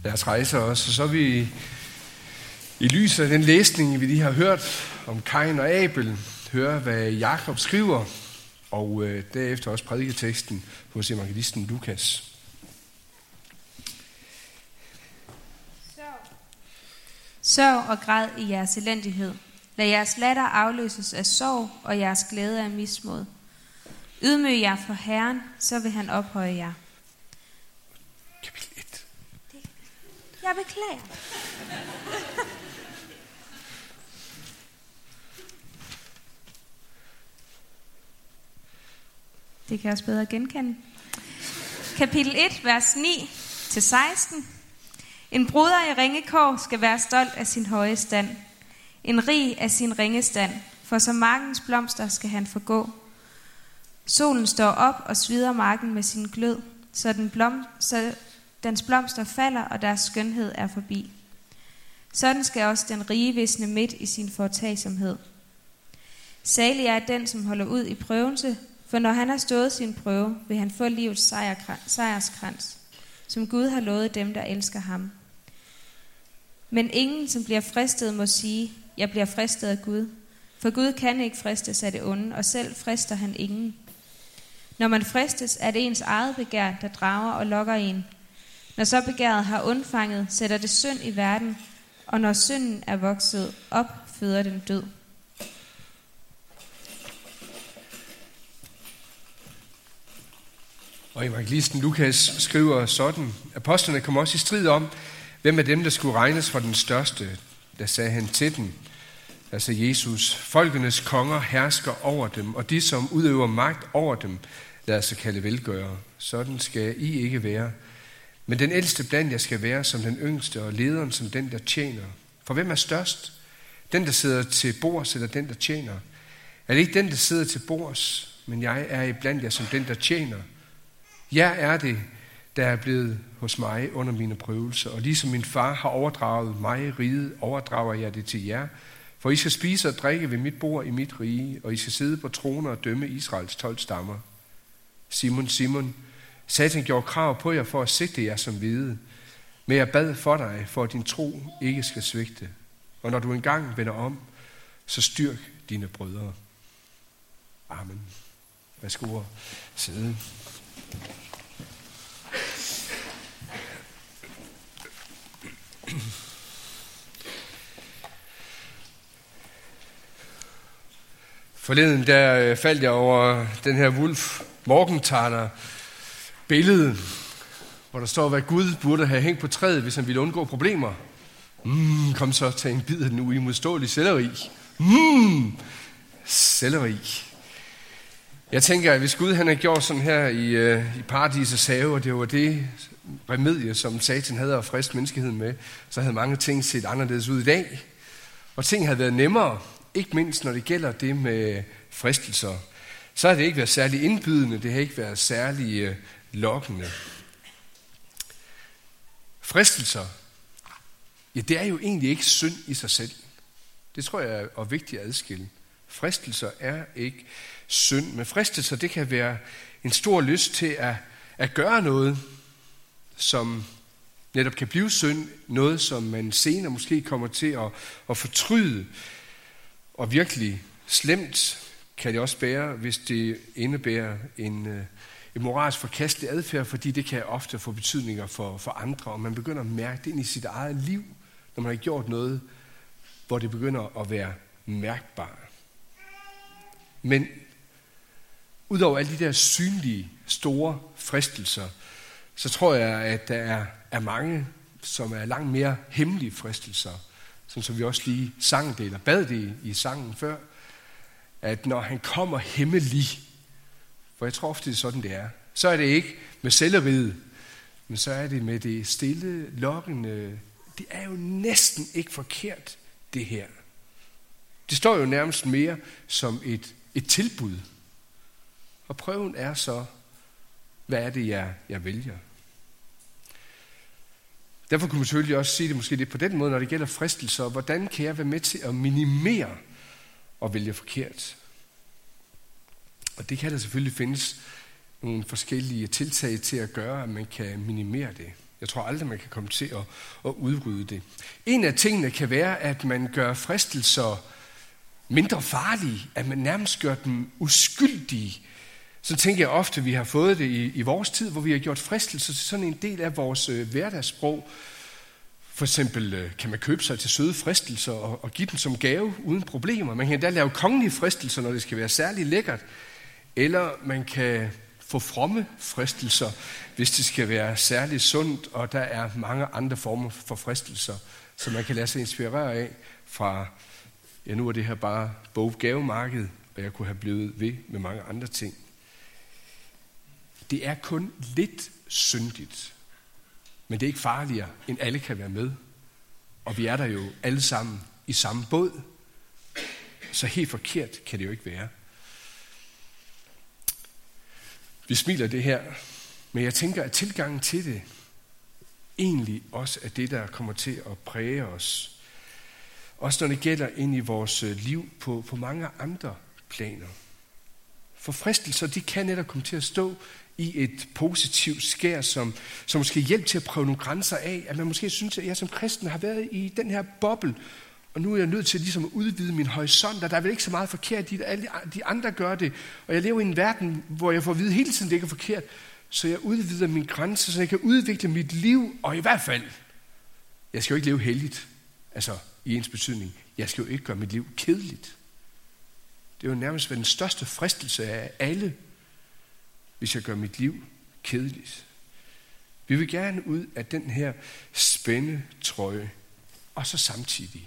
Lad os rejse os, og så vil vi i lyset af den læsning, vi lige har hørt om Kain og Abel, høre, hvad Jakob skriver, og derefter også prædiketeksten hos evangelisten Lukas. Sørg og græd i jeres elendighed. Lad jeres latter afløses af sorg, og jeres glæde af mismod. Ydmyg jer for Herren, så vil han ophøje jer. Kapitel 1. Jeg beklager. Det kan jeg også bedre genkende. Kapitel 1, vers 9-16. En bruder i ringekår skal være stolt af sin høje stand. En rig af sin ringe stand, for som markens blomster skal han forgå. Solen står op og svider marken med sin glød, så dens blomster falder, og deres skønhed er forbi. Sådan skal også den rige visne midt i sin foretagsomhed. Salig er den, som holder ud i prøvelse, for når han har stået sin prøve, vil han få livets sejrskrans, som Gud har lovet dem, der elsker ham. Men ingen, som bliver fristet, må sige, jeg bliver fristet af Gud. For Gud kan ikke fristes af det onde, og selv frister han ingen. Når man fristes, er det ens eget begær, der drager og lokker en. Når så begæret har undfanget, sætter det synd i verden, og når synden er vokset op, føder den død. Og evangelisten Lukas skriver sådan: Apostlene kom også i strid om, hvem af dem, der skulle regnes for den største. Der sagde han til dem, altså Jesus, folkenes konger hersker over dem, og de, som udøver magt over dem, lader sig kalde velgørere. Sådan skal I ikke være. Men den ældste blandt jer skal være som den yngste, og lederen som den, der tjener. For hvem er størst? Den, der sidder til bords, eller den, der tjener? Er det ikke den, der sidder til bords, men jeg er iblandt jer som den, der tjener? Jeg er det, der er blevet hos mig under mine prøvelser, og ligesom min far har overdraget mig riget, overdrager jeg det til jer. For I skal spise og drikke ved mit bord i mit rige, og I skal sidde på troner og dømme Israels 12 stammer. Simon, Simon, Satan gjorde krav på jer for at sigte jer som hvide, men jeg bad for dig, for at din tro ikke skal svigte. Og når du engang vender om, så styrk dine brødre. Amen. Værsgo at sidde. Forleden der faldt jeg over den her Wolf Morgenthaler billede, hvor der står, hvad Gud burde have hængt på træet, hvis han ville undgå problemer. Kom så, tag en bid af den uimodståelige selleri. Selleri. Jeg tænker, at hvis Gud han havde gjort sådan her i paradisets have, og det var det remedie, som Satan havde at friste menneskeheden med, så havde mange ting set anderledes ud i dag. Og ting havde været nemmere, ikke mindst når det gælder det med fristelser. Så har det ikke været særlig indbydende, det har ikke været særlig lokkende. Fristelser, ja, det er jo egentlig ikke synd i sig selv. Det tror jeg er vigtigt at adskille. Fristelser er ikke synd, men fristelser, det kan være en stor lyst til at gøre noget, som netop kan blive synd, noget som man senere måske kommer til at fortryde, og virkelig slemt kan det også være, hvis det indebærer en moralsk forkastelig adfærd, fordi det kan ofte få betydninger for andre, og man begynder at mærke det ind i sit eget liv, når man har gjort noget, hvor det begynder at være mærkbart. Men udover alle de der synlige, store fristelser, så tror jeg, at der er mange, som er langt mere hemmelige fristelser, som vi også lige sang det, eller bad det i sangen før, at når han kommer hemmelig, for jeg tror ofte, det er sådan, det er, så er det ikke med selleriet, men så er det med det stille, lokkende. Det er jo næsten ikke forkert, det her. Det står jo nærmest mere som et tilbud. Og prøven er så, hvad er det, jeg vælger? Derfor kunne man selvfølgelig også sige det måske lidt på den måde, når det gælder fristelser. Hvordan kan jeg være med til at minimere og vælge forkert? Og det kan der selvfølgelig findes nogle forskellige tiltag til at gøre, at man kan minimere det. Jeg tror aldrig, man kan komme til at udrydde det. En af tingene kan være, at man gør fristelser mindre farlige, at man nærmest gør dem uskyldige. Så tænker jeg ofte, at vi har fået det i vores tid, hvor vi har gjort fristelser til sådan en del af vores hverdagssprog. For eksempel kan man købe sig til søde fristelser og give dem som gave uden problemer. Man kan endda lave kongelige fristelser, når det skal være særlig lækkert. Eller man kan få fromme fristelser, hvis det skal være særlig sundt, og der er mange andre former for fristelser, som man kan lade sig inspirere af fra, ja, nu er det her bare boggavemarked, og jeg kunne have blevet ved med mange andre ting. Det er kun lidt syndigt, men det er ikke farligere, end alle kan være med. Og vi er der jo alle sammen i samme båd, så helt forkert kan det jo ikke være. Vi smiler det her, men jeg tænker, at tilgangen til det egentlig også er det, der kommer til at præge os. Også når det gælder ind i vores liv på mange andre planer. For fristelser, de kan netop komme til at stå i et positivt skær, som måske hjælper til at prøve nogle grænser af. At man måske synes, at jeg som kristen har været i den her boble, og nu er jeg nødt til ligesom at udvide min horisont, og der er vel ikke så meget forkert i det. Alle de andre gør det, og jeg lever i en verden, hvor jeg får at vide hele tiden, det ikke er forkert. Så jeg udvider mine grænser, så jeg kan udvikle mit liv, og i hvert fald, jeg skal jo ikke leve helligt, altså i ens betydning. Jeg skal jo ikke gøre mit liv kedeligt. Det er jo nærmest den største fristelse af alle, hvis jeg gør mit liv kedeligt. Vi vil gerne ud af den her spændetrøje, og så samtidig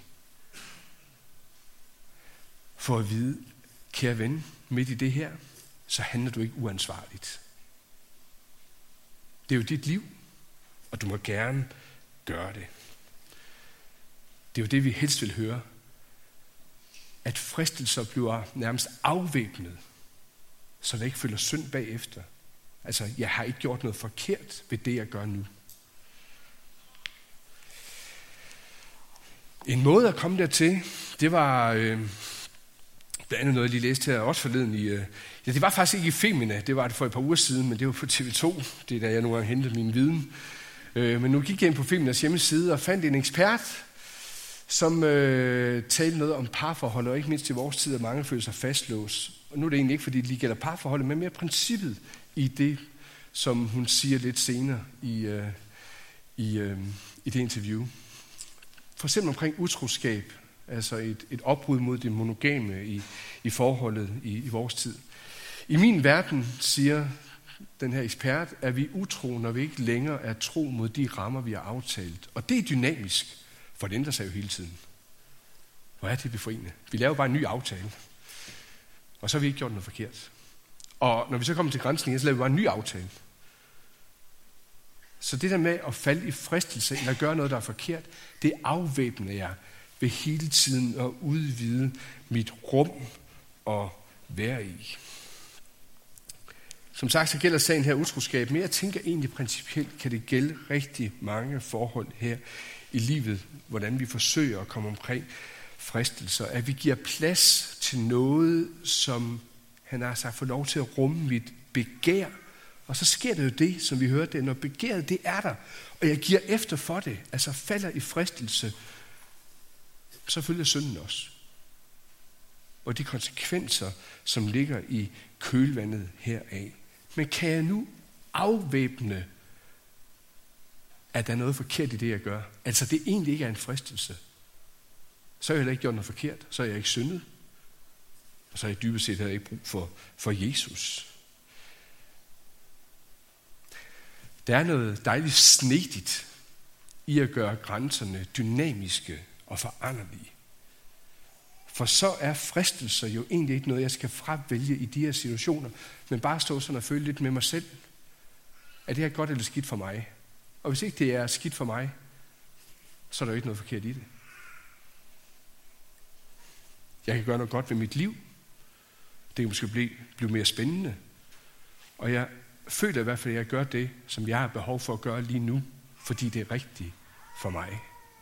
for at vide, kære ven, midt i det her, så handler du ikke uansvarligt. Det er jo dit liv, og du må gerne gøre det. Det er jo det, vi helst vil høre. At fristelser bliver nærmest afvæbnet, så der ikke føler synd bagefter. Altså, jeg har ikke gjort noget forkert ved det, jeg gør nu. En måde at komme dertil, det var blandt andet noget, jeg lige læste her også forleden det var faktisk ikke i Femina, det var det for et par uger siden, men det var på TV2, det er der jeg nogle gange hentede min viden. Men nu gik jeg ind på Feminas hjemmeside og fandt en ekspert, som talte noget om parforhold, og ikke mindst i vores tid, at mange føler sig fastlåst. Og nu er det egentlig ikke, fordi det lige gælder parforholdet, men mere princippet i det, som hun siger lidt senere i det interview. For eksempel omkring utroskab, altså et opbrud mod det monogame i forholdet i vores tid. I min verden, siger den her ekspert, er vi utro, når vi ikke længere er tro mod de rammer, vi har aftalt. Og det er dynamisk, for det ændrer sig jo hele tiden. Hvor er det befriende? Vi laver bare en ny aftale, og så har vi ikke gjort noget forkert. Og når vi så kommer til grænsen, så laver vi bare en ny aftale. Så det der med at falde i fristelse eller gøre noget, der er forkert, det afvæbner jeg ved hele tiden at udvide mit rum og være i. Som sagt, så gælder sagen her utroskab, men jeg tænker egentlig principielt, kan det gælde rigtig mange forhold her i livet, hvordan vi forsøger at komme omkring fristelser, at vi giver plads til noget, som han har sagt, får lov til at rumme mit begær. Og så sker det jo det, som vi hørte, når begæret det er der, og jeg giver efter for det, altså falder i fristelse, så følger synden også. Og de konsekvenser, som ligger i kølvandet heraf. Men kan jeg nu afvæbne, at der er noget forkert i det, jeg gør? Altså det egentlig ikke er en fristelse. Så har jeg heller ikke gjort noget forkert, så har jeg ikke syndet. Og så har jeg dybest set heller ikke brug for Jesus. Der er noget dejligt snedigt i at gøre grænserne dynamiske og foranderlige. For så er fristelser jo egentlig ikke noget, jeg skal fravælge i de her situationer, men bare stå sådan og føle lidt med mig selv. Er det her godt eller skidt for mig? Og hvis ikke det er skidt for mig, så er der jo ikke noget forkert i det. Jeg kan gøre noget godt ved mit liv. Det kan måske blive mere spændende. Og jeg føler i hvert fald, at jeg gør det, som jeg har behov for at gøre lige nu, fordi det er rigtigt for mig.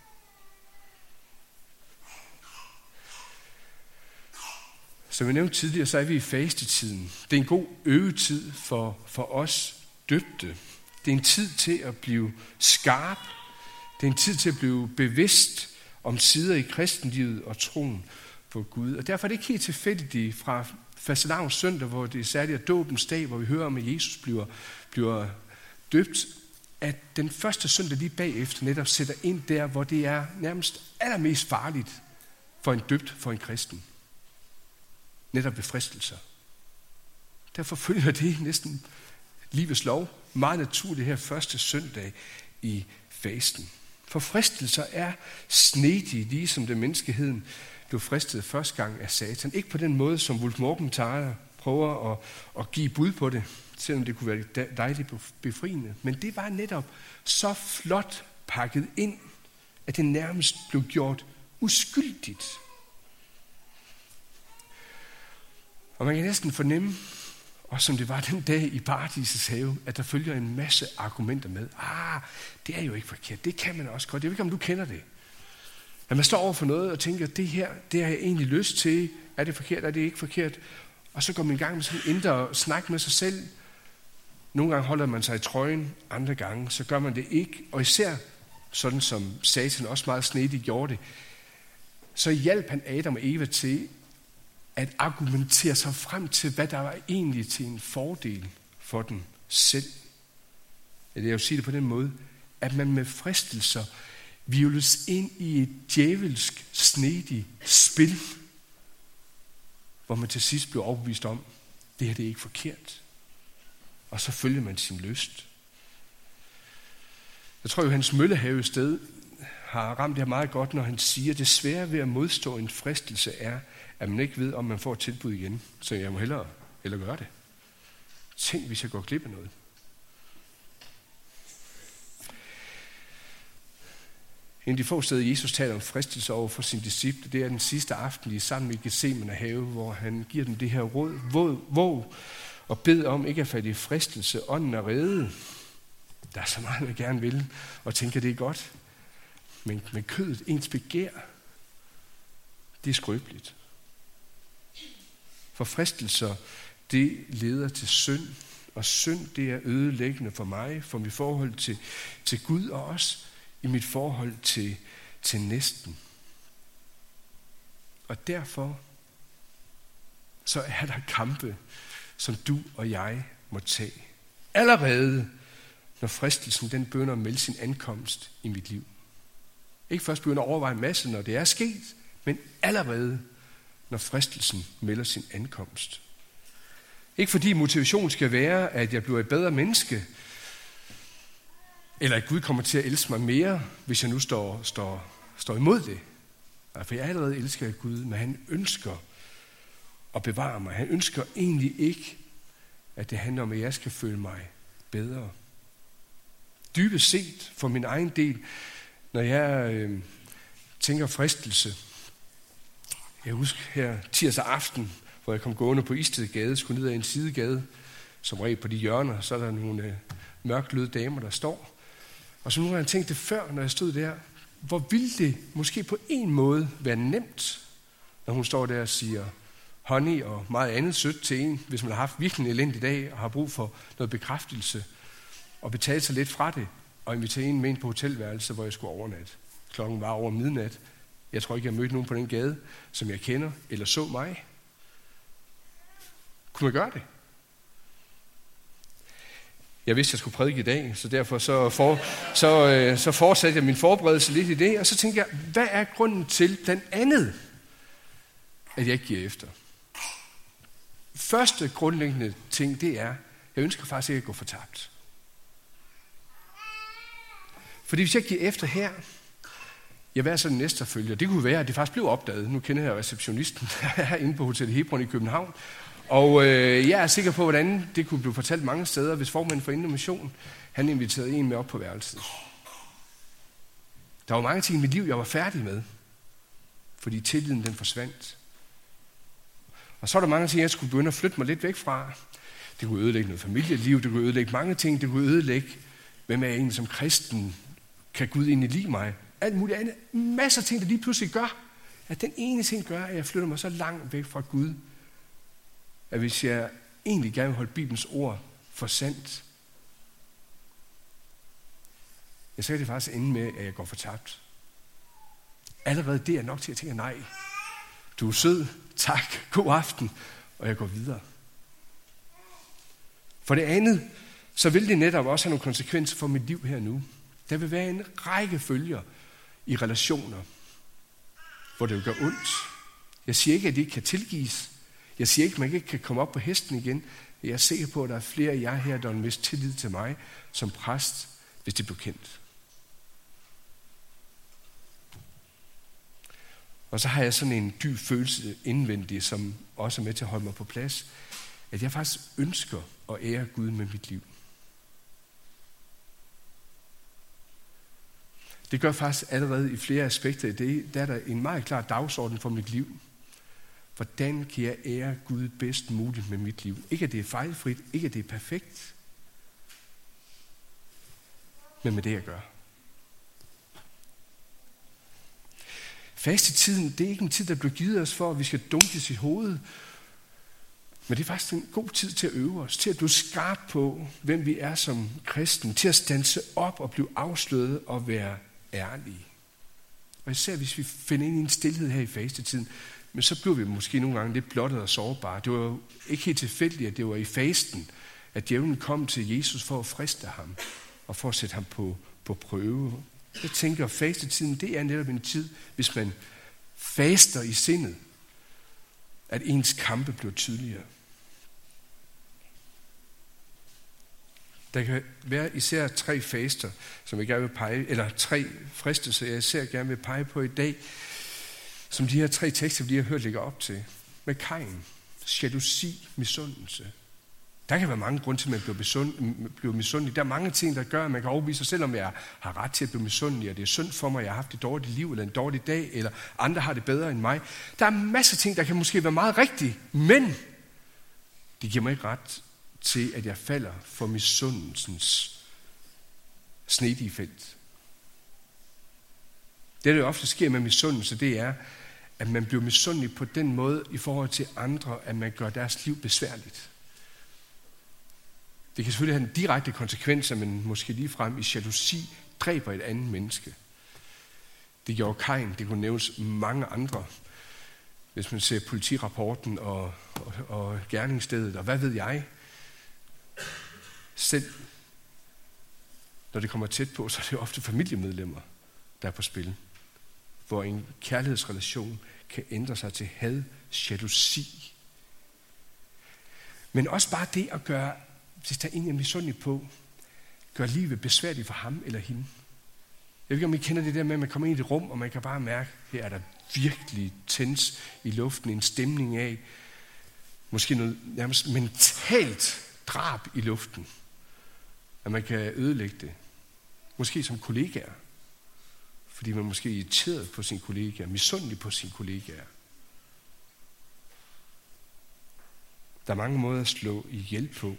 Som jeg nævnte tidligere, så er vi i fastetiden. Det er en god øvetid for os døbte. Det er en tid til at blive skarp. Det er en tid til at blive bevidst om sider i kristenlivet og troen på Gud. Og derfor er det ikke helt tilfældigt fra fastelavns søndag, hvor det særligt er dåbens dag, hvor vi hører om, at Jesus bliver døbt, at den første søndag lige bagefter netop sætter ind der, hvor det er nærmest allermest farligt for en døbt, for en kristen. Netop ved fristelser. Derfor følger det næsten livets lov meget naturligt her første søndag i fasten. For fristelser er snedige, ligesom det menneskeheden blev fristet første gang af Satan. Ikke på den måde, som Wulf Morgenthaler prøver at give bud på det, selvom det kunne være dejligt befriende. Men det var netop så flot pakket ind, at det nærmest blev gjort uskyldigt. Og man kan næsten fornemme, og som det var den dag i Paradisets have, at der følger en masse argumenter med. Det er jo ikke forkert. Det kan man også godt. Jeg ved ikke, om du kender det. At man står over for noget og tænker, det her, det har jeg egentlig lyst til. Er det forkert? Er det ikke forkert? Og så går man i gang med sådan en indre snak med sig selv. Nogle gange holder man sig i trøjen, andre gange så gør man det ikke. Og især sådan som Satan også meget snedigt gjorde det, så hjalp han Adam og Eva til at argumentere sig frem til, hvad der var egentlig til en fordel for dem selv. Eller jeg vil sige det på den måde, at man med fristelser hvirvles ind i et djævelsk, snedigt spil, hvor man til sidst bliver overbevist om, det her det er ikke forkert. Og så følger man sin lyst. Jeg tror jo, hans Møllehave sted har ramt det her meget godt, når han siger, at det svære ved at modstå en fristelse er, at man ikke ved, om man får et tilbud igen. Så jeg må hellere gøre det. Tænk, hvis jeg går glip af noget. En af de få steder, Jesus taler om fristelse over for sine disciple, det er den sidste aften, de er sammen i Getsemane have, hvor han giver dem det her råd, våg og bed om ikke at falde i fristelse, ånden er rede. Der er så meget, man gerne vil, og tænker, det er godt. Men kødet, ens begær, det er skrøbeligt. For fristelser, det leder til synd, og synd, det er ødelæggende for mig, for mit forhold til Gud, og også i mit forhold til næsten. Og derfor, så er der kampe, som du og jeg må tage. Allerede, når fristelsen, den begynder at melde sin ankomst i mit liv. Ikke først begynder at overveje en masse, når det er sket, men allerede, når fristelsen melder sin ankomst. Ikke fordi motivationen skal være, at jeg bliver et bedre menneske, eller at Gud kommer til at elske mig mere, hvis jeg nu står imod det. For jeg allerede elsker Gud, men han ønsker at bevare mig. Han ønsker egentlig ikke, at det handler om, at jeg skal føle mig bedre. Dybest set, for min egen del, når jeg tænker fristelse. Jeg husker her tirsdag aften, hvor jeg kom gående på Istedgade, skulle ned ad en sidegade, som regel på de hjørner, så er der nogle mørkløde damer, der står. Og så nu har jeg tænkt det før, når jeg stod der, hvor ville det måske på en måde være nemt, når hun står der og siger honey og meget andet sødt til en, hvis man har haft virkelig en elendig dag og har brug for noget bekræftelse, og betale sig lidt fra det, og invitere en med ind på hotelværelse, hvor jeg skulle overnatte. Klokken var over midnat. Jeg tror ikke, jeg mødte nogen på den gade, som jeg kender, eller så mig. Kunne man gøre det? Jeg vidste, jeg skulle prædike i dag, så derfor så fortsatte jeg min forberedelse lidt i det, og så tænkte jeg, hvad er grunden til blandt andet, at jeg ikke giver efter? Første grundlæggende ting, det er, jeg ønsker faktisk ikke at gå fortabt. Fordi hvis jeg giver efter her, hvad er så den næste følger? Det kunne være, at det faktisk blev opdaget. Nu kender jeg receptionisten herinde på Hotel Hebron i København. Og jeg er sikker på, hvordan det kunne blive fortalt mange steder, hvis formanden for Indre Mission, han inviterede en med op på værelset. Der var mange ting i mit liv, jeg var færdig med, fordi tilliden den forsvandt. Og så er der mange ting, jeg skulle begynde at flytte mig lidt væk fra. Det kunne ødelægge noget familieliv, det kunne ødelægge mange ting, det kunne ødelægge, hvem er jeg egentlig som kristen, kan Gud egentlig lide mig? Alt muligt andet, masser af ting, der lige pludselig gør, at den ene ting gør, at jeg flytter mig så langt væk fra Gud, at hvis jeg egentlig gerne vil holde Bibelens ord for sandt, ja, så kan det faktisk ende med, at jeg går fortabt. Allerede det er nok til at tænke, nej, du er sød, tak, god aften, og jeg går videre. For det andet, så vil det netop også have nogle konsekvenser for mit liv her nu. Der vil være en række følger i relationer, hvor det vil gøre ondt. Jeg siger ikke, at det ikke kan tilgives. Jeg siger ikke, at man ikke kan komme op på hesten igen. Jeg er sikker på, at der er flere af jer her, der vil miste tillid til mig som præst, hvis det bliver kendt. Og så har jeg sådan en dyb følelse indvendig, som også er med til at holde mig på plads, at jeg faktisk ønsker at ære Gud med mit liv. Det gør faktisk allerede i flere aspekter i det. Der er der en meget klar dagsorden for mit liv. Hvordan kan jeg ære Gud bedst muligt med mit liv? Ikke at det er fejlfrit, ikke at det er perfekt, men med det jeg gør. Fastetiden, det er ikke en tid, der bliver givet os for, at vi skal dunkes i hovedet. Men det er faktisk en god tid til at øve os, til at blive skarp på, hvem vi er som kristen, til at standse op og blive afsløret og være ærlige. Og især hvis vi finder ind i en stilhed her i fastetiden, men så bliver vi måske nogle gange lidt blottet og sårbare. Det var jo ikke helt tilfældigt, at det var i fasten, at djævlen kom til Jesus for at friste ham og for at sætte ham på prøve. Jeg tænker, at fastetiden, det er netop en tid, hvis man faster i sindet, at ens kampe bliver tydeligere. Der kan være især 3 faster, som jeg gerne vil pege, eller 3 fristelser, jeg især gerne vil pege på i dag, som de her 3 tekster, vi har hørt ligger op til. Med Kain, jalousi, misundelse. Der kan være mange grunde til, at man bliver misundelig. Der er mange ting, der gør, at man kan overbevise sig selv, om jeg har ret til at blive misundelig, og det er synd for mig, at jeg har haft et dårligt liv, eller en dårlig dag, eller andre har det bedre end mig. Der er masser af ting, der kan måske være meget rigtige, men det giver mig ikke ret til, at jeg falder for misundelsens snedige felt. Det, der ofte sker med misundelse, det er, at man bliver misundelig på den måde i forhold til andre, at man gør deres liv besværligt. Det kan selvfølgelig have en direkte konsekvens, at man måske ligefrem i jalousi dræber et andet menneske. Det gjorde Kain, det kunne nævnes mange andre. Hvis man ser politirapporten og gerningsstedet, og hvad ved jeg. Selv når det kommer tæt på, så er det ofte familiemedlemmer, der er på spil. Hvor en kærlighedsrelation kan ændre sig til had, jalousi. Men også bare det at gøre, hvis der er en, jeg er misundelig på, gør livet besværligt for ham eller hende. Jeg ved ikke, om I kender det der med, at man kommer ind i et rum, og man kan bare mærke, her er der virkelig tens i luften, en stemning af, måske noget nærmest mentalt drab i luften. At man kan ødelægge det. Måske som kollegaer. Fordi man måske er irriteret på sine kollegaer, misundelig på sine kollegaer. Der er mange måder at slå ihjel på.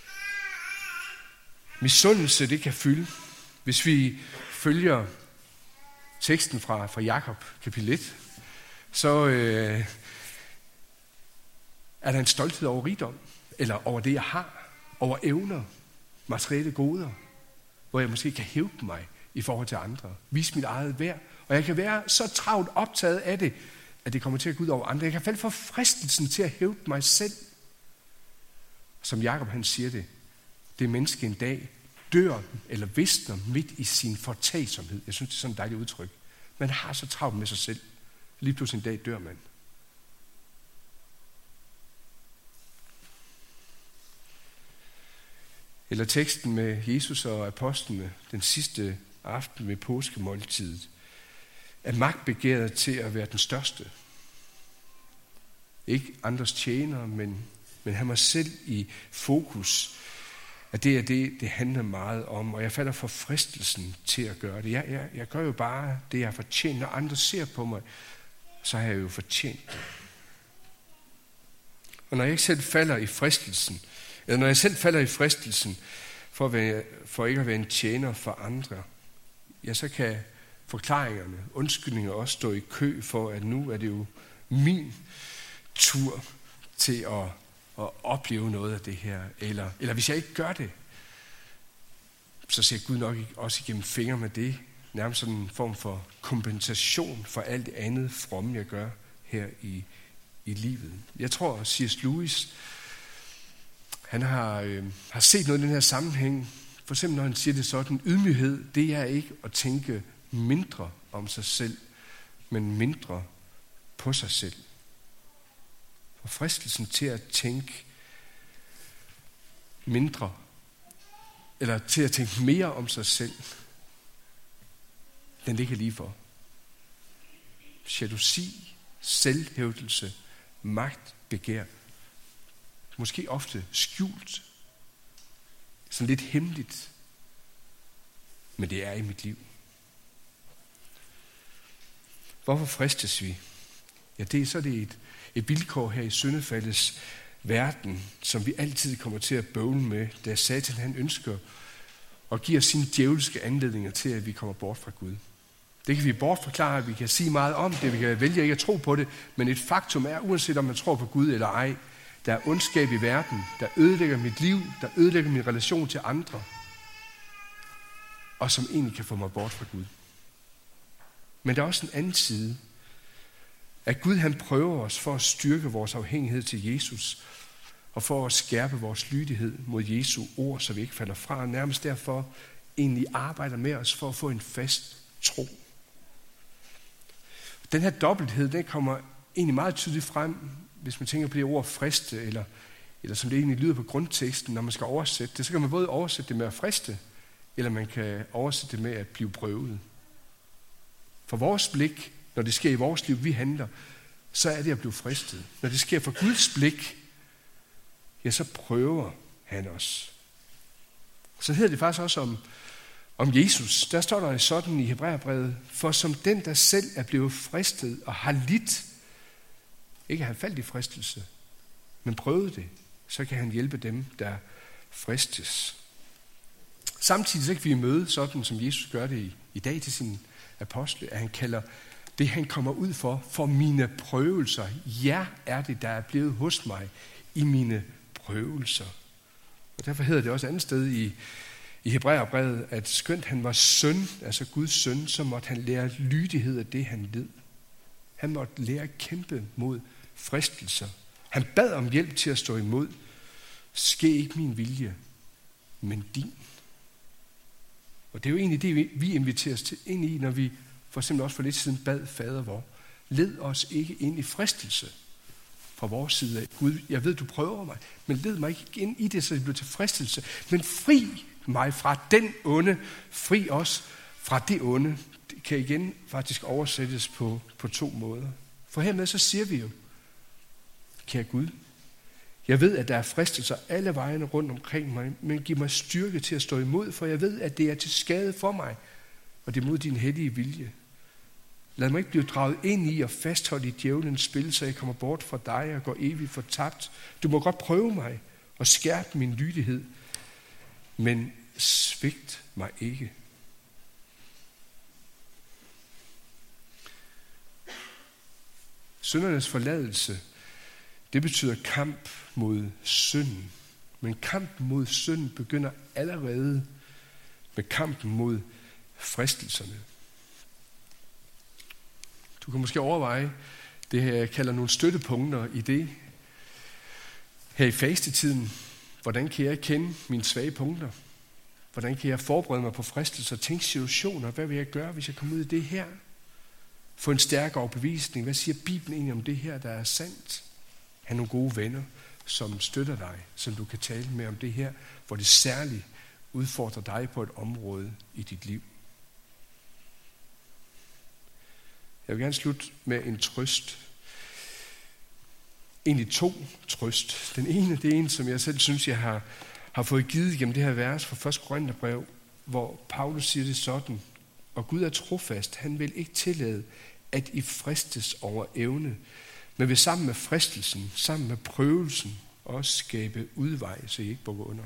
Misundelse, det kan fylde. Hvis vi følger teksten fra Jakob, kapitel 1, så er der en stolthed over rigdom, eller over det, jeg har, over evner, materielle goder, hvor jeg måske kan hæve mig i forhold til andre, vise mit eget værd, og jeg kan være så travlt optaget af det, at det kommer til at gå ud over andre. Jeg kan falde for fristelsen til at hæve mig selv. Som Jakob han siger det menneske en dag dør eller visner midt i sin fortagsomhed. Jeg synes, det er sådan et dejligt udtryk. Man har så travlt med sig selv. Lige pludselig en dag dør man. Eller teksten med Jesus og apostlene den sidste aften ved påskemåltidet. Er magtbegæret til at være den største. Ikke andres tjenere, men have mig selv i fokus. At det er det handler meget om. Og jeg falder for fristelsen til at gøre det. Jeg gør jo bare det, jeg har fortjent. Når andre ser på mig, så har jeg jo fortjent det. Og når jeg ikke selv falder i fristelsen, eller når jeg selv falder i fristelsen for ikke at være en tjener for andre, ja, så kan forklaringerne, undskyldninger også stå i kø for, at nu er det jo min tur til at opleve noget af det her. Eller hvis jeg ikke gør det, så ser Gud nok også igennem fingre med det. Nærmest sådan en form for kompensation for alt det andet fromme, jeg gør her i livet. Jeg tror, C.S. Lewis, han har set noget i den her sammenhæng. For eksempel når han siger det sådan, ydmyghed, det er ikke at tænke mindre om sig selv, men mindre på sig selv. Og fristelsen til at tænke mindre, eller til at tænke mere om sig selv, den ligger lige for. Jalousi, selvhævdelse, magt, begær. Måske ofte skjult. Sådan lidt hemmeligt. Men det er i mit liv. Hvorfor fristes vi? Ja, så er det et vilkår her i syndefaldets verden, som vi altid kommer til at bøvle med, da Satan han ønsker at give os sine djævelske anledninger til, at vi kommer bort fra Gud. Det kan vi bortforklare, vi kan sige meget om det, vi kan vælge ikke at tro på det, men et faktum er, uanset om man tror på Gud eller ej, der er ondskab i verden, der ødelægger mit liv, der ødelægger min relation til andre, og som egentlig kan få mig bort fra Gud. Men der er også en anden side, at Gud han prøver os for at styrke vores afhængighed til Jesus, og for at skærpe vores lydighed mod Jesu ord, så vi ikke falder fra, og nærmest derfor egentlig arbejder med os for at få en fast tro. Den her dobbelthed, den kommer egentlig meget tydeligt frem, hvis man tænker på det ord friste, eller som det egentlig lyder på grundteksten, når man skal oversætte det, så kan man både oversætte det med at friste, eller man kan oversætte det med at blive prøvet. For vores blik, når det sker i vores liv, vi handler, så er det at blive fristet. Når det sker for Guds blik, ja, så prøver han os. Så hedder det faktisk også om Jesus. Der står der sådan i Hebræerbrevet, for som den, der selv er blevet fristet og har lidt, ikke har faldt i fristelse, men prøvet det, så kan han hjælpe dem, der fristes. Samtidig så kan vi møde sådan, som Jesus gør det i dag til sine apostle, at han kalder det, han kommer ud for mine prøvelser. Ja, er det, der er blevet hos mig i mine prøvelser. Og derfor hedder det også andet sted i Hebræerbrevet, at skønt han var søn, altså Guds søn, så måtte han lære lydighed af det, han led. Han måtte lære at kæmpe mod fristelser. Han bad om hjælp til at stå imod. Ske ikke min vilje, men din. Og det er jo egentlig det, vi inviteres ind i, når vi for eksempel også for lidt siden bad fader vor. Led os ikke ind i fristelse fra vores side af. Gud, jeg ved, du prøver mig, men led mig ikke ind i det, så det bliver til fristelse. Men fri mig fra den onde. Fri os fra det onde. Det kan igen faktisk oversættes på 2 måder. For hermed så siger vi jo, kære Gud, jeg ved, at der er fristelser alle vejene rundt omkring mig, men giv mig styrke til at stå imod, for jeg ved, at det er til skade for mig, og det er mod din hellige vilje. Lad mig ikke blive draget ind i og fastholde i djævelens spil, så jeg kommer bort fra dig og går evigt fortabt. Du må godt prøve mig og skærpe min lydighed, men svigt mig ikke. Syndernes forladelse, det betyder kamp mod synden. Men kampen mod synden begynder allerede med kampen mod fristelserne. Du kan måske overveje det her, jeg kalder nogle støttepunkter i det. Her i fastetiden, hvordan kan jeg kende mine svage punkter? Hvordan kan jeg forberede mig på fristelser, tænke situationer? Hvad vil jeg gøre, hvis jeg kommer ud i det her? Få en stærk overbevisning. Hvad siger Bibelen egentlig om det her, der er sandt? Ha' nogle gode venner, som støtter dig, som du kan tale med om det her, hvor det særligt udfordrer dig på et område i dit liv. Jeg vil gerne slutte med en trøst. Egentlig 2 trøst. Den ene, det er en, som jeg selv synes, jeg har fået givet gennem det her vers fra 1. Korintherbrev, hvor Paulus siger det sådan, og Gud er trofast, han vil ikke tillade, at I fristes over evne, men vil sammen med fristelsen, sammen med prøvelsen, også skabe udvej, så I ikke bukker under.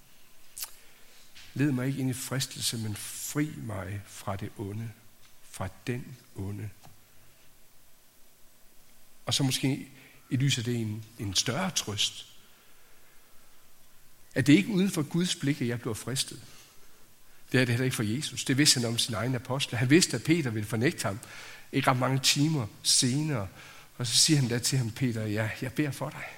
Led mig ikke ind i fristelse, men fri mig fra det onde, fra den onde. Og så måske i lyset af det en større trøst. At det ikke uden for Guds blik, at jeg bliver fristet. Det er det heller ikke for Jesus. Det vidste han om sin egen apostle. Han vidste, at Peter ville fornægte ham. Ikke ret mange timer senere. Og så siger han da til ham, Peter, ja, jeg beder for dig.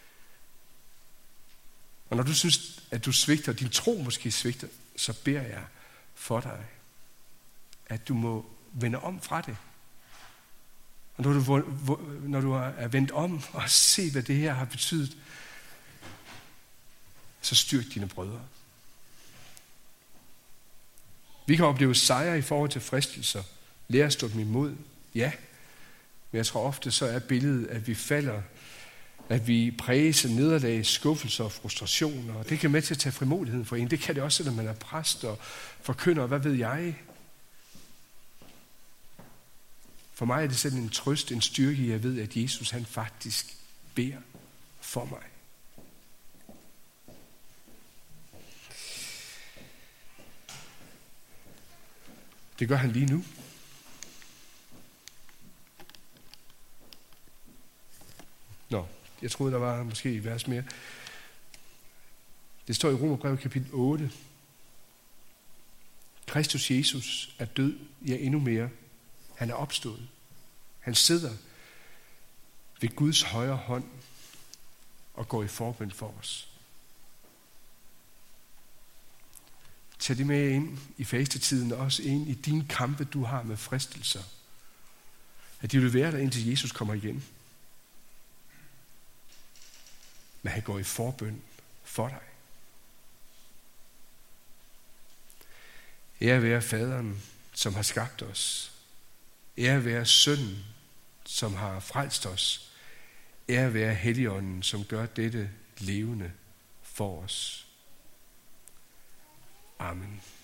Og når du synes, at du svigter, din tro måske svigter, så beder jeg for dig, at du må vende om fra det. Og når du er vendt om og set, hvad det her har betydet, så styrk dine brødre. Vi kan opleve sejre i forhold til fristelser. Lær at stå dem imod. Ja, men jeg tror ofte, så er billedet, at vi falder, at vi præges af nederlag, skuffelser og frustrationer. Og det kan med til at tage frimodigheden for en. Det kan det også, når man er præst og forkynder, hvad ved jeg. For mig er det sådan en trøst, en styrke, jeg ved, at Jesus han faktisk beder for mig. Det gør han lige nu. Jeg troede, der var måske et vers mere. Det står i Romerbrevet kapitel 8. Kristus Jesus er død, ja endnu mere. Han er opstået. Han sidder ved Guds højre hånd og går i forbøn for os. Tag det med ind i fastetiden og også ind i dine kampe, du har med fristelser. At de vil være der, indtil Jesus kommer igen. Men han går i forbøn for dig. Ære være faderen, som har skabt os. Ære være sønnen, som har frelst os. Ære være Helligånden, som gør dette levende for os. Amen.